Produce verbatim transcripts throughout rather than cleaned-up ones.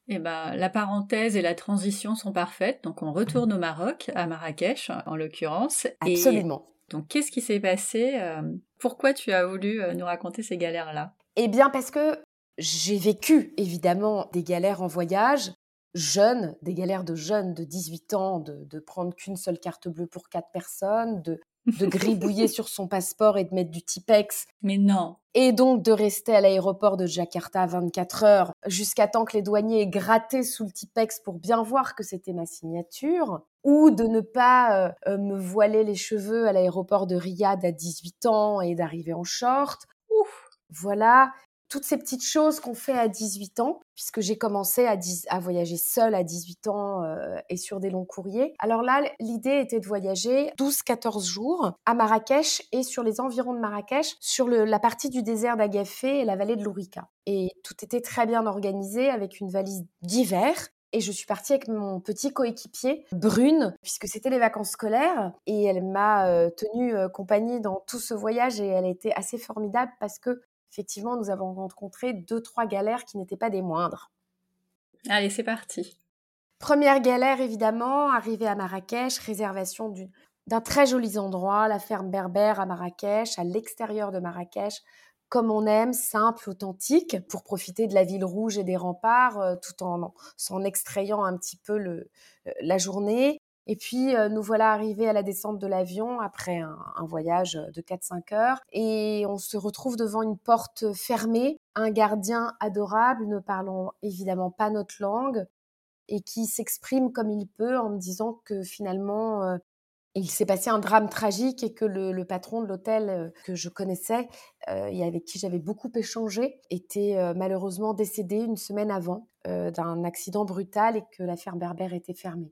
Eh ben, la parenthèse et la transition sont parfaites, donc on retourne au Maroc, à Marrakech en l'occurrence. Et Absolument. donc, qu'est-ce qui s'est passé? euh, Pourquoi tu as voulu euh, nous raconter ces galères-là? Eh bien, parce que j'ai vécu évidemment des galères en voyage, jeune, des galères de jeunes de dix-huit ans, de, de prendre qu'une seule carte bleue pour quatre personnes, de, de gribouiller sur son passeport et de mettre du Tipex, Mais non. et donc de rester à l'aéroport de Jakarta vingt-quatre heures jusqu'à temps que les douaniers aient gratté sous le Tipex pour bien voir que c'était ma signature, ou de ne pas euh, euh, me voiler les cheveux à l'aéroport de Riyad à dix-huit ans et d'arriver en short. Ouf. Voilà, toutes ces petites choses qu'on fait à dix-huit ans, puisque j'ai commencé à, dix à voyager seule à dix-huit ans euh, et sur des longs courriers. Alors là, l'idée était de voyager douze quatorze jours à Marrakech et sur les environs de Marrakech, sur le, la partie du désert d'Agafé et la vallée de l'Ourika. Et tout était très bien organisé avec une valise d'hiver. Et je suis partie avec mon petit coéquipier, Brune, puisque c'était les vacances scolaires. Et elle m'a euh, tenue euh, compagnie dans tout ce voyage et elle a été assez formidable parce que effectivement, nous avons rencontré deux, trois galères qui n'étaient pas des moindres. Allez, c'est parti. Première galère, évidemment, arrivée à Marrakech, réservation d'une, d'un très joli endroit, la ferme berbère à Marrakech, à l'extérieur de Marrakech, comme on aime, simple, authentique, pour profiter de la ville rouge et des remparts, euh, tout en s'en extrayant un petit peu le, la journée. Et puis, euh, nous voilà arrivés à la descente de l'avion après un, un voyage de quatre cinq heures. Et on se retrouve devant une porte fermée, un gardien adorable, ne parlant évidemment pas notre langue, et qui s'exprime comme il peut en me disant que finalement, euh, il s'est passé un drame tragique et que le, le patron de l'hôtel euh, que je connaissais euh, et avec qui j'avais beaucoup échangé était euh, malheureusement décédé une semaine avant euh, d'un accident brutal et que la ferme berbère était fermée.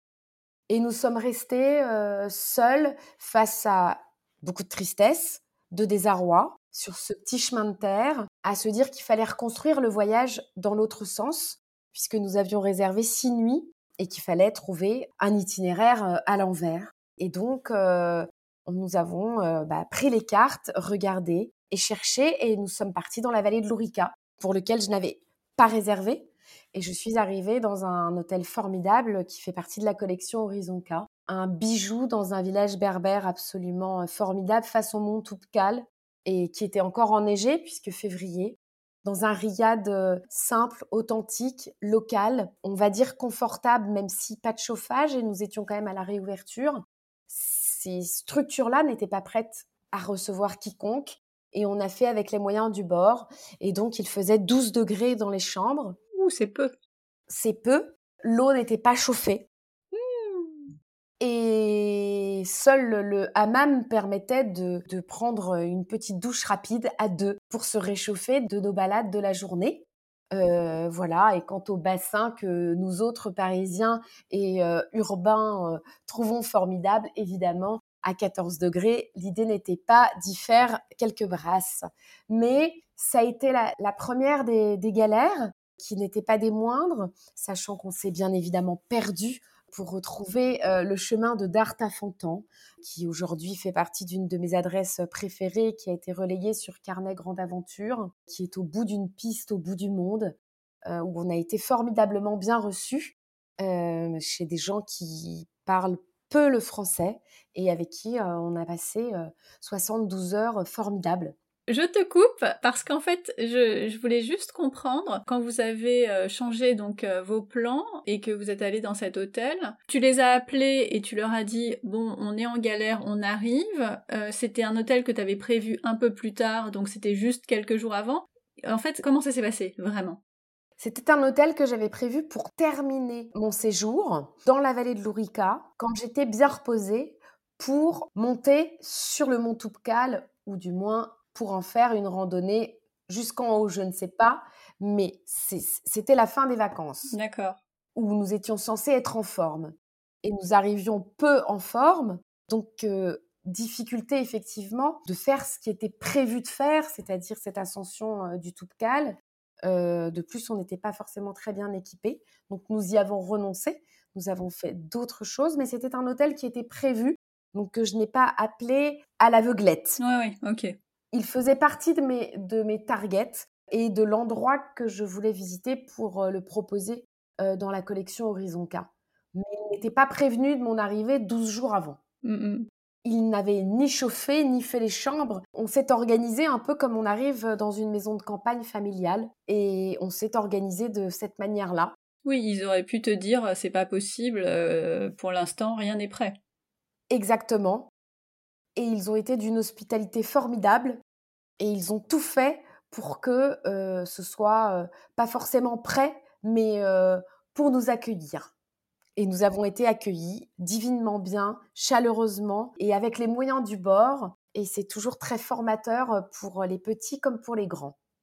Et nous sommes restés euh, seuls face à beaucoup de tristesse, de désarroi, sur ce petit chemin de terre, à se dire qu'il fallait reconstruire le voyage dans l'autre sens, puisque nous avions réservé six nuits et qu'il fallait trouver un itinéraire euh, à l'envers. Et donc, euh, nous avons euh, bah, pris les cartes, regardé et cherché, et nous sommes partis dans la vallée de l'Ourika, pour lequel je n'avais pas réservé. Et je suis arrivée dans un hôtel formidable qui fait partie de la collection Horizon K. Un bijou dans un village berbère absolument formidable face au mont Toubkal et qui était encore enneigé puisque février. Dans un riad simple, authentique, local, on va dire confortable même si pas de chauffage et nous étions quand même à la réouverture. Ces structures-là n'étaient pas prêtes à recevoir quiconque et on a fait avec les moyens du bord. Et donc, il faisait douze degrés dans les chambres. Ouh, c'est peu. C'est peu. L'eau n'était pas chauffée. Mmh. Et seul le, le hammam permettait de, de prendre une petite douche rapide à deux pour se réchauffer de nos balades de la journée. Euh, voilà. Et quant au bassin que nous autres Parisiens et euh, urbains euh, trouvons formidable, évidemment, à quatorze degrés, l'idée n'était pas d'y faire quelques brasses. Mais ça a été la, la première des, des galères, qui n'étaient pas des moindres, sachant qu'on s'est bien évidemment perdu pour retrouver euh, le chemin de Dart-à-Fontan, qui aujourd'hui fait partie d'une de mes adresses préférées, qui a été relayée sur Carnet Grande Aventure, qui est au bout d'une piste, au bout du monde, euh, où on a été formidablement bien reçus euh, chez des gens qui parlent peu le français et avec qui euh, on a passé euh, soixante-douze heures formidables. Je te coupe parce qu'en fait, je, je voulais juste comprendre quand vous avez euh, changé donc euh, vos plans et que vous êtes allé dans cet hôtel, tu les as appelés et tu leur as dit bon, on est en galère, on arrive. Euh, c'était un hôtel que tu avais prévu un peu plus tard, donc c'était juste quelques jours avant. En fait, comment ça s'est passé vraiment? C'était un hôtel que j'avais prévu pour terminer mon séjour dans la vallée de l'Ourika, quand j'étais bien reposée, pour monter sur le mont Toubkal, ou du moins pour en faire une randonnée jusqu'en haut, je ne sais pas, mais c'est- c'était la fin des vacances, D'accord. où nous étions censés être en forme. Et nous arrivions peu en forme, donc euh, difficulté effectivement de faire ce qui était prévu de faire, c'est-à-dire cette ascension euh, du Toubkal. Euh, de plus, on n'était pas forcément très bien équipés, donc nous y avons renoncé. Nous avons fait d'autres choses, mais c'était un hôtel qui était prévu, donc que je n'ai pas appelé à l'aveuglette. Ouais, ouais, ok. Il faisait partie de mes, de mes targets, et de l'endroit que je voulais visiter pour, heu, le proposer, heu, dans la collection Horizon K. Mais ils n'étaient pas prévenus de mon arrivée douze jours avant. Mmh mh. Ils n'avaient ni chauffé, ni fait les chambres. On s'est organisé un peu comme on arrive, dans une maison de campagne familiale et on s'est organisé de cette manière-là. Oui, ils auraient pu te dire: «C'est pas possible, heu, pour l'instant, rien n'est prêt». Exactement, et ils ont été d'une hospitalité formidable et ils ont tout fait pour que, heu, ce soit, heu, pas forcément prêt, mais heu, pour nous accueillir. Et nous avons été accueillis divinement bien, chaleureusement et avec les moyens du bord, et c'est toujours très formateur, pour les petits comme pour les grands.